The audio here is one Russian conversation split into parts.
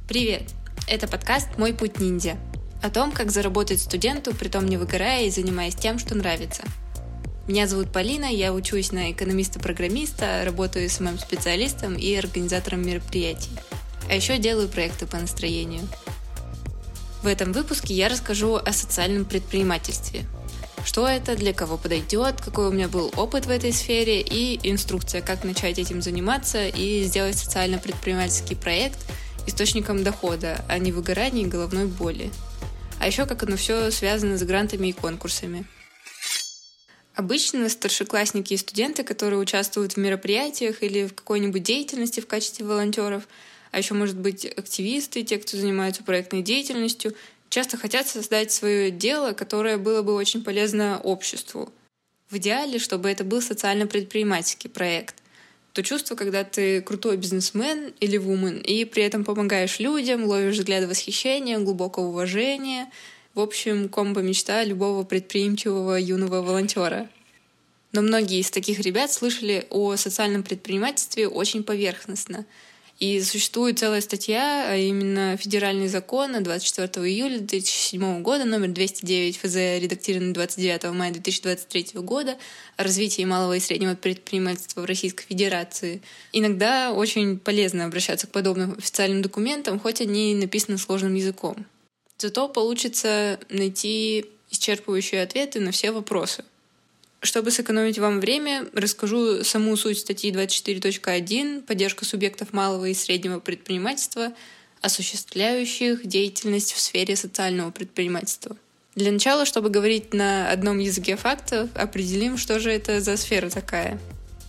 Привет! Это подкаст «Мой путь ниндзя» о том, как заработать студенту, притом не выгорая и занимаясь тем, что нравится. Меня зовут Полина, я учусь на экономиста-программиста, работаю СММ-специалистом и организатором мероприятий. А еще делаю проекты по настроению. В этом выпуске я расскажу о социальном предпринимательстве. Что это, для кого подойдет, какой у меня был опыт в этой сфере и инструкция, как начать этим заниматься и сделать социально-предпринимательский проект источником дохода, а не выгорания и головной боли. А еще как оно все связано с грантами и конкурсами. Обычно старшеклассники и студенты, которые участвуют в мероприятиях или в какой-нибудь деятельности в качестве волонтеров, а еще, может быть, активисты, те, кто занимается проектной деятельностью, часто хотят создать свое дело, которое было бы очень полезно обществу. В идеале, чтобы это был социально-предпринимательский проект. То чувство, когда ты крутой бизнесмен или вумен, и при этом помогаешь людям, ловишь взгляды восхищения, глубокого уважения. В общем, комбо-мечта любого предприимчивого юного волонтера. Но многие из таких ребят слышали о социальном предпринимательстве очень поверхностно. И существует целая статья, а именно федеральный закон от 24 июля 2007 года, номер 209 ФЗ, редактированный 29 мая 2023 года, о развитии малого и среднего предпринимательства в Российской Федерации. Иногда очень полезно обращаться к подобным официальным документам, хоть они и написаны сложным языком. Зато получится найти исчерпывающие ответы на все вопросы. Чтобы сэкономить вам время, расскажу саму суть статьи 24.1 «Поддержка субъектов малого и среднего предпринимательства, осуществляющих деятельность в сфере социального предпринимательства». Для начала, чтобы говорить на одном языке фактов, определим, что же это за сфера такая.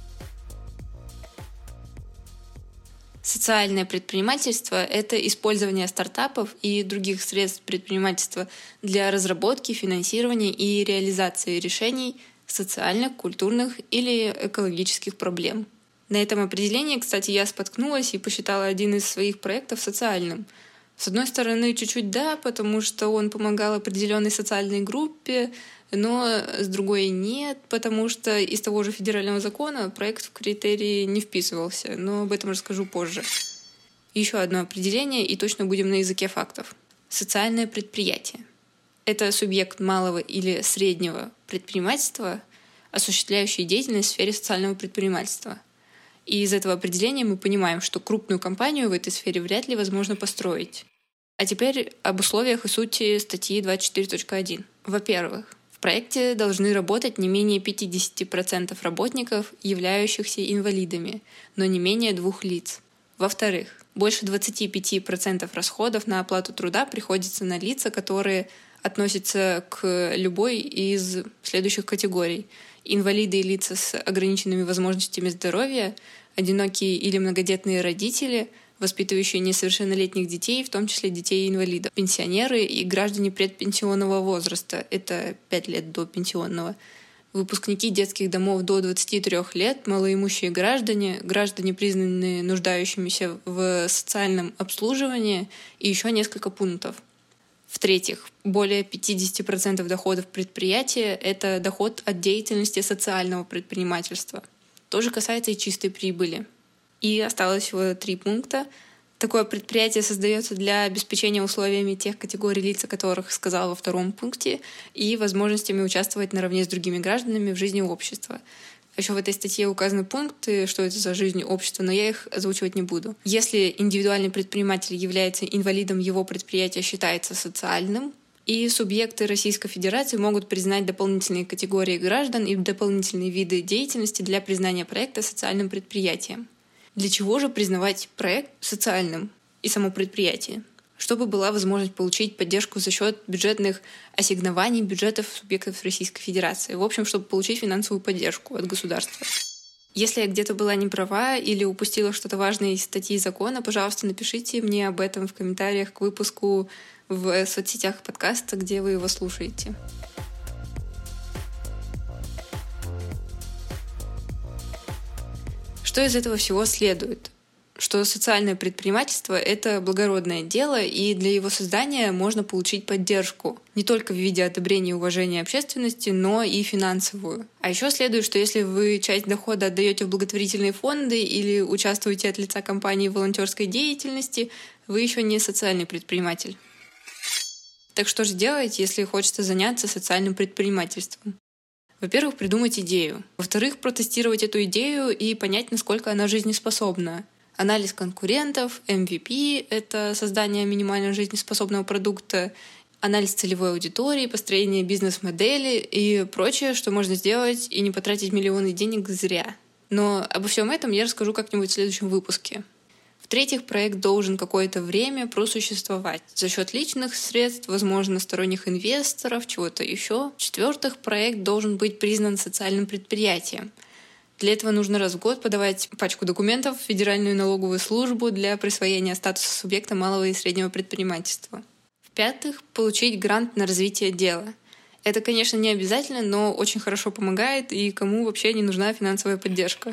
Социальное предпринимательство — это использование стартапов и других средств предпринимательства для разработки, финансирования и реализации решений социальных, культурных или экологических проблем. На этом определении, кстати, я споткнулась и посчитала один из своих проектов социальным. С одной стороны, чуть-чуть да, потому что он помогал определенной социальной группе, но с другой нет, потому что из того же федерального закона проект в критерии не вписывался, но об этом расскажу позже. Еще одно определение, и точно будем на языке фактов. Социальное предприятие. Это субъект малого или среднего предпринимательства, осуществляющий деятельность в сфере социального предпринимательства. И из этого определения мы понимаем, что крупную компанию в этой сфере вряд ли возможно построить. А теперь об условиях и сути статьи 24.1. Во-первых, в проекте должны работать не менее 50% работников, являющихся инвалидами, но не менее 2 лиц. Во-вторых, больше 25% расходов на оплату труда приходится на лица, которые относятся к любой из следующих категорий. Инвалиды и лица с ограниченными возможностями здоровья, одинокие или многодетные родители, воспитывающие несовершеннолетних детей, в том числе детей-инвалидов, пенсионеры и граждане предпенсионного возраста, это 5 лет до пенсионного, выпускники детских домов до 23 лет, малоимущие граждане, граждане, признанные нуждающимися в социальном обслуживании и еще несколько пунктов. В-третьих, более 50% доходов предприятия — это доход от деятельности социального предпринимательства. Тоже касается и чистой прибыли. И осталось всего 3 пункта. Такое предприятие создается для обеспечения условиями тех категорий лиц, о которых сказала во 2 пункте, и возможностями участвовать наравне с другими гражданами в жизни общества. Еще в этой статье указаны пункты, что это за жизнь общества, но я их озвучивать не буду. Если индивидуальный предприниматель является инвалидом, его предприятие считается социальным, и субъекты Российской Федерации могут признать дополнительные категории граждан и дополнительные виды деятельности для признания проекта социальным предприятием. Для чего же признавать проект социальным и само предприятие? Чтобы была возможность получить поддержку за счет бюджетных ассигнований бюджетов субъектов Российской Федерации. В общем, чтобы получить финансовую поддержку от государства. Если я где-то была не права или упустила что-то важное из статьи закона, пожалуйста, напишите мне об этом в комментариях к выпуску в соцсетях подкаста, где вы его слушаете. Что из этого всего следует? что социальное предпринимательство — это благородное дело, и для его создания можно получить поддержку не только в виде одобрения и уважения общественности, но и финансовую. А еще следует, что если вы часть дохода отдаете в благотворительные фонды или участвуете от лица компании в волонтерской деятельности, вы еще не социальный предприниматель. Так что же делать, если хочется заняться социальным предпринимательством? Во-первых, придумать идею. Во-вторых, протестировать эту идею и понять, насколько она жизнеспособна. Анализ конкурентов, MVP — это создание минимально жизнеспособного продукта, анализ целевой аудитории, построение бизнес-модели и прочее, что можно сделать и не потратить миллионы денег зря. Но обо всем этом я расскажу как-нибудь в следующем выпуске. В-третьих, проект должен какое-то время просуществовать за счет личных средств, возможно, сторонних инвесторов, чего-то еще. В-четвертых, проект должен быть признан социальным предприятием. Для этого нужно раз в год подавать пачку документов в Федеральную налоговую службу для присвоения статуса субъекта малого и среднего предпринимательства. В-пятых, получить грант на развитие дела. Это, конечно, не обязательно, но очень хорошо помогает, и кому вообще не нужна финансовая поддержка.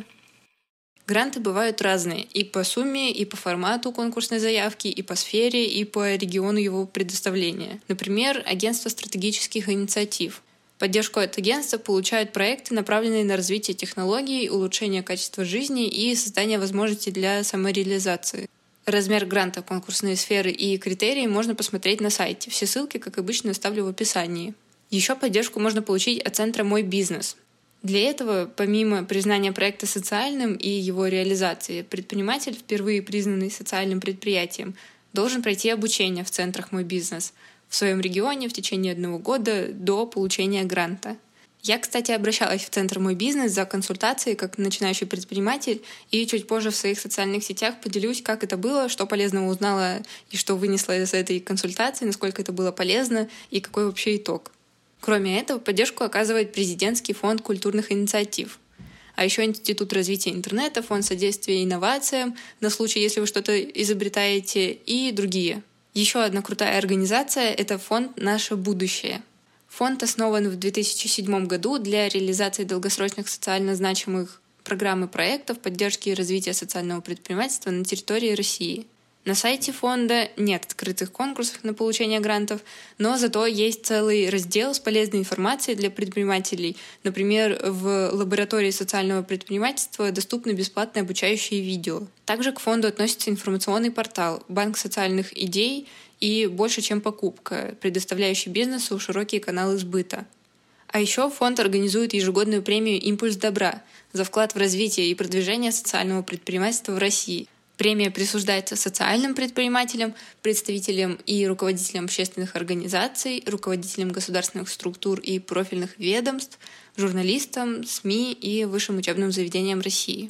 Гранты бывают разные и по сумме, и по формату конкурсной заявки, и по сфере, и по региону его предоставления. Например, агентство стратегических инициатив. Поддержку от агентства получают проекты, направленные на развитие технологий, улучшение качества жизни и создание возможностей для самореализации. Размер гранта, конкурсные сферы и критерии можно посмотреть на сайте. Все ссылки, как обычно, оставлю в описании. Еще поддержку можно получить от центра «Мой бизнес». Для этого, помимо признания проекта социальным и его реализации, предприниматель, впервые признанный социальным предприятием, должен пройти обучение в центрах «Мой бизнес» в своем регионе в течение 1 года до получения гранта. Я, кстати, обращалась в центр «Мой бизнес» за консультацией как начинающий предприниматель, и чуть позже в своих социальных сетях поделюсь, как это было, что полезного узнала и что вынесла из этой консультации, насколько это было полезно и какой вообще итог. Кроме этого, поддержку оказывает Президентский фонд культурных инициатив. А еще Институт развития интернета, Фонд содействия инновациям на случай, если вы что-то изобретаете, и другие. Еще одна крутая организация — это фонд «Наше будущее». Фонд основан в 2007 году для реализации долгосрочных социально значимых программ и проектов поддержки и развития социального предпринимательства на территории России. На сайте фонда нет открытых конкурсов на получение грантов, но зато есть целый раздел с полезной информацией для предпринимателей. Например, в лаборатории социального предпринимательства доступны бесплатные обучающие видео. Также к фонду относится информационный портал «Банк социальных идей» и «Больше, чем покупка», предоставляющий бизнесу широкие каналы сбыта. А еще фонд организует ежегодную премию «Импульс добра» за вклад в развитие и продвижение социального предпринимательства в России. Премия присуждается социальным предпринимателям, представителям и руководителям общественных организаций, руководителям государственных структур и профильных ведомств, журналистам, СМИ и высшим учебным заведениям России.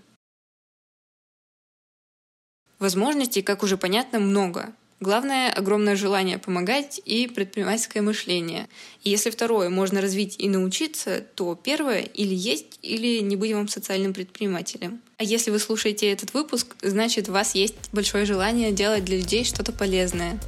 Возможностей, как уже понятно, много. Главное — огромное желание помогать и предпринимательское мышление. И если второе можно развить и научиться, то первое или есть, или не быть вам социальным предпринимателем. А если вы слушаете этот выпуск, значит, у вас есть большое желание делать для людей что-то полезное.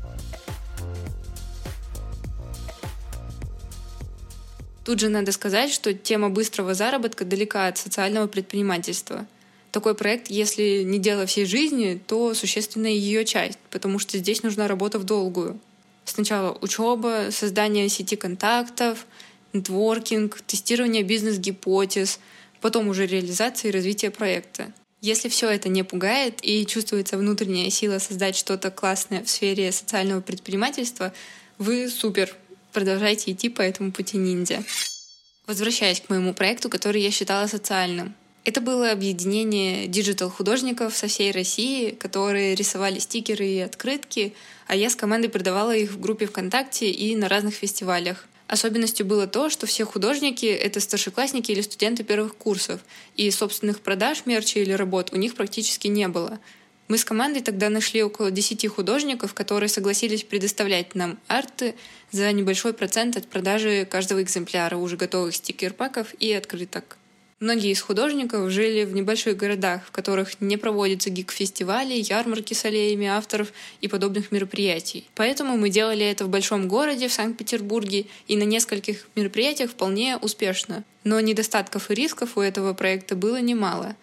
Тут же надо сказать, что тема быстрого заработка далека от социального предпринимательства. Такой проект, если не дело всей жизни, то существенная ее часть, потому что здесь нужна работа в долгую. Сначала учеба, создание сети контактов, нетворкинг, тестирование бизнес-гипотез, потом уже реализация и развитие проекта. Если все это не пугает и чувствуется внутренняя сила создать что-то классное в сфере социального предпринимательства, вы супер, продолжайте идти по этому пути ниндзя. Возвращаясь к моему проекту, который я считала социальным. Это было объединение диджитал-художников со всей России, которые рисовали стикеры и открытки, а я с командой продавала их в группе ВКонтакте и на разных фестивалях. Особенностью было то, что все художники — это старшеклассники или студенты первых курсов, и собственных продаж мерча или работ у них практически не было. Мы с командой тогда нашли около 10 художников, которые согласились предоставлять нам арты за небольшой процент от продажи каждого экземпляра уже готовых стикер-паков и открыток. Многие из художников жили в небольших городах, в которых не проводятся гик-фестивали, ярмарки с аллеями авторов и подобных мероприятий. Поэтому мы делали это в большом городе, в Санкт-Петербурге, и на нескольких мероприятиях вполне успешно. Но недостатков и рисков у этого проекта было немало.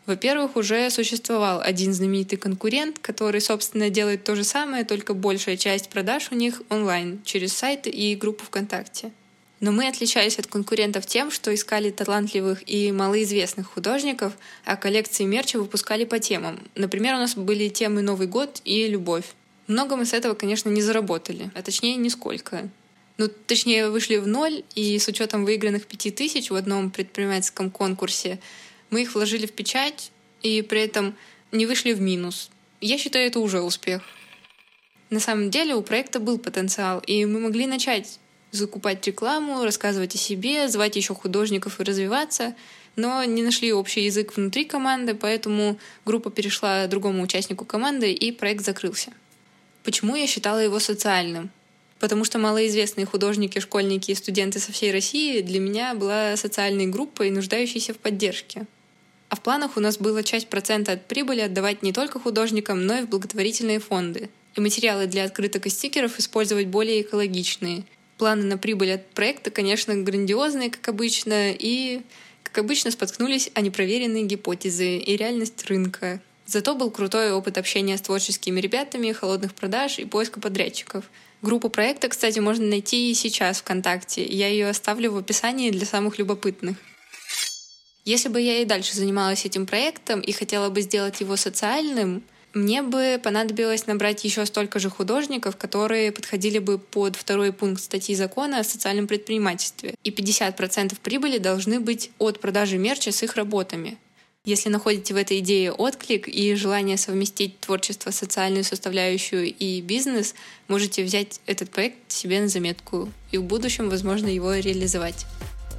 Во-первых, уже существовал один знаменитый конкурент, который, собственно, делает то же самое, только большая часть продаж у них онлайн, через сайты и группу ВКонтакте. Но мы отличались от конкурентов тем, что искали талантливых и малоизвестных художников, а коллекции мерча выпускали по темам. Например, у нас были темы «Новый год» и «Любовь». Много мы с этого, конечно, не заработали, а точнее нисколько. Точнее, вышли в ноль, и с учетом выигранных 5000 в одном предпринимательском конкурсе мы их вложили в печать и при этом не вышли в минус. Я считаю, это уже успех. На самом деле у проекта был потенциал, и мы могли начать закупать рекламу, рассказывать о себе, звать еще художников и развиваться, но не нашли общий язык внутри команды, поэтому группа перешла к другому участнику команды, и проект закрылся. Почему я считала его социальным? Потому что малоизвестные художники, школьники и студенты со всей России для меня была социальной группой, нуждающейся в поддержке. А в планах у нас было часть процента от прибыли отдавать не только художникам, но и в благотворительные фонды. И материалы для открыток и стикеров использовать более экологичные. Планы на прибыль от проекта, конечно, грандиозные, как обычно, и, как обычно, споткнулись о непроверенные гипотезы и реальность рынка. Зато был крутой опыт общения с творческими ребятами, холодных продаж и поиска подрядчиков. Группу проекта, кстати, можно найти и сейчас ВКонтакте. Я ее оставлю в описании для самых любопытных. Если бы я и дальше занималась этим проектом и хотела бы сделать его социальным, мне бы понадобилось набрать еще столько же художников, которые подходили бы под второй пункт статьи закона о социальном предпринимательстве. И 50% прибыли должны быть от продажи мерча с их работами. Если находите в этой идее отклик и желание совместить творчество, социальную составляющую и бизнес, можете взять этот проект себе на заметку и в будущем, возможно, его реализовать.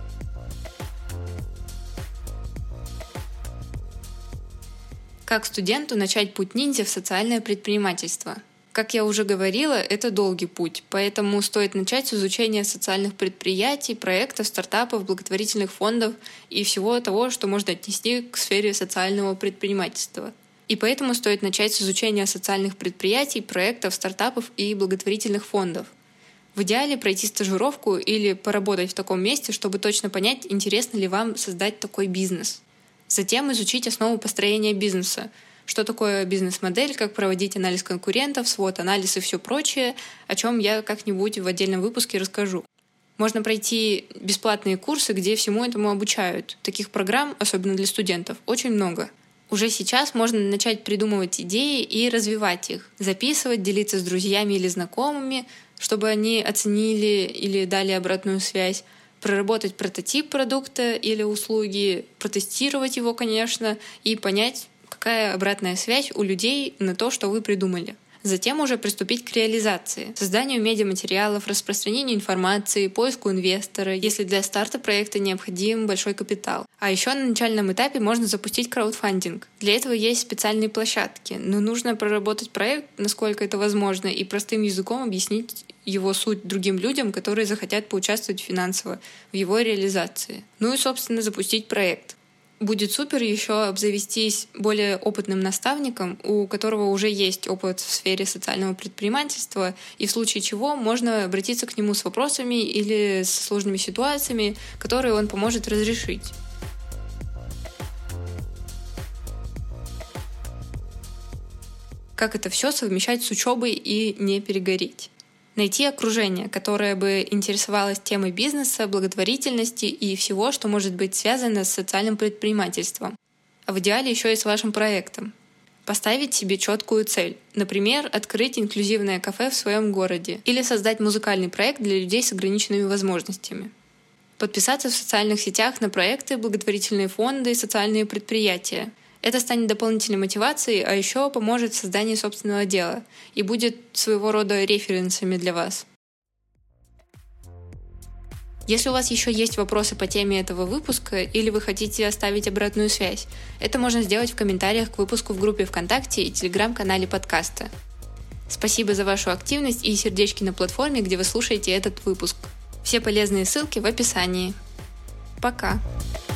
Как студенту начать путь ниндзя в социальное предпринимательство? Как я уже говорила, это долгий путь, поэтому стоит начать с изучения социальных предприятий, проектов, стартапов, благотворительных фондов и всего того, что можно отнести к сфере социального предпринимательства. И поэтому стоит начать с изучения социальных предприятий, проектов, стартапов и благотворительных фондов. В идеале пройти стажировку или поработать в таком месте, чтобы точно понять, интересно ли вам создать такой бизнес. Затем изучить основу построения бизнеса. Что такое бизнес-модель, как проводить анализ конкурентов, свод-анализ и все прочее, о чем я как-нибудь в отдельном выпуске расскажу. Можно пройти бесплатные курсы, где всему этому обучают. Таких программ, особенно для студентов, очень много. Уже сейчас можно начать придумывать идеи и развивать их, записывать, делиться с друзьями или знакомыми, чтобы они оценили или дали обратную связь, проработать прототип продукта или услуги, протестировать его, конечно, и понять, какая обратная связь у людей на то, что вы придумали. Затем уже приступить к реализации, созданию медиаматериалов, распространению информации, поиску инвестора, если для старта проекта необходим большой капитал. А еще на начальном этапе можно запустить краудфандинг. Для этого есть специальные площадки, но нужно проработать проект, насколько это возможно, и простым языком объяснить его суть другим людям, которые захотят поучаствовать финансово в его реализации. Ну и, собственно, запустить проект. Будет супер еще обзавестись более опытным наставником, у которого уже есть опыт в сфере социального предпринимательства, и в случае чего можно обратиться к нему с вопросами или с сложными ситуациями, которые он поможет разрешить. Как это все совмещать с учебой и не перегореть? Найти окружение, которое бы интересовалось темой бизнеса, благотворительности и всего, что может быть связано с социальным предпринимательством. А в идеале еще и с вашим проектом. Поставить себе четкую цель. Например, открыть инклюзивное кафе в своем городе или создать музыкальный проект для людей с ограниченными возможностями. Подписаться в социальных сетях на проекты, благотворительные фонды и социальные предприятия. Это станет дополнительной мотивацией, а еще поможет в создании собственного дела и будет своего рода референсами для вас. Если у вас еще есть вопросы по теме этого выпуска или вы хотите оставить обратную связь, это можно сделать в комментариях к выпуску в группе ВКонтакте и телеграм-канале подкаста. Спасибо за вашу активность и сердечки на платформе, где вы слушаете этот выпуск. Все полезные ссылки в описании. Пока!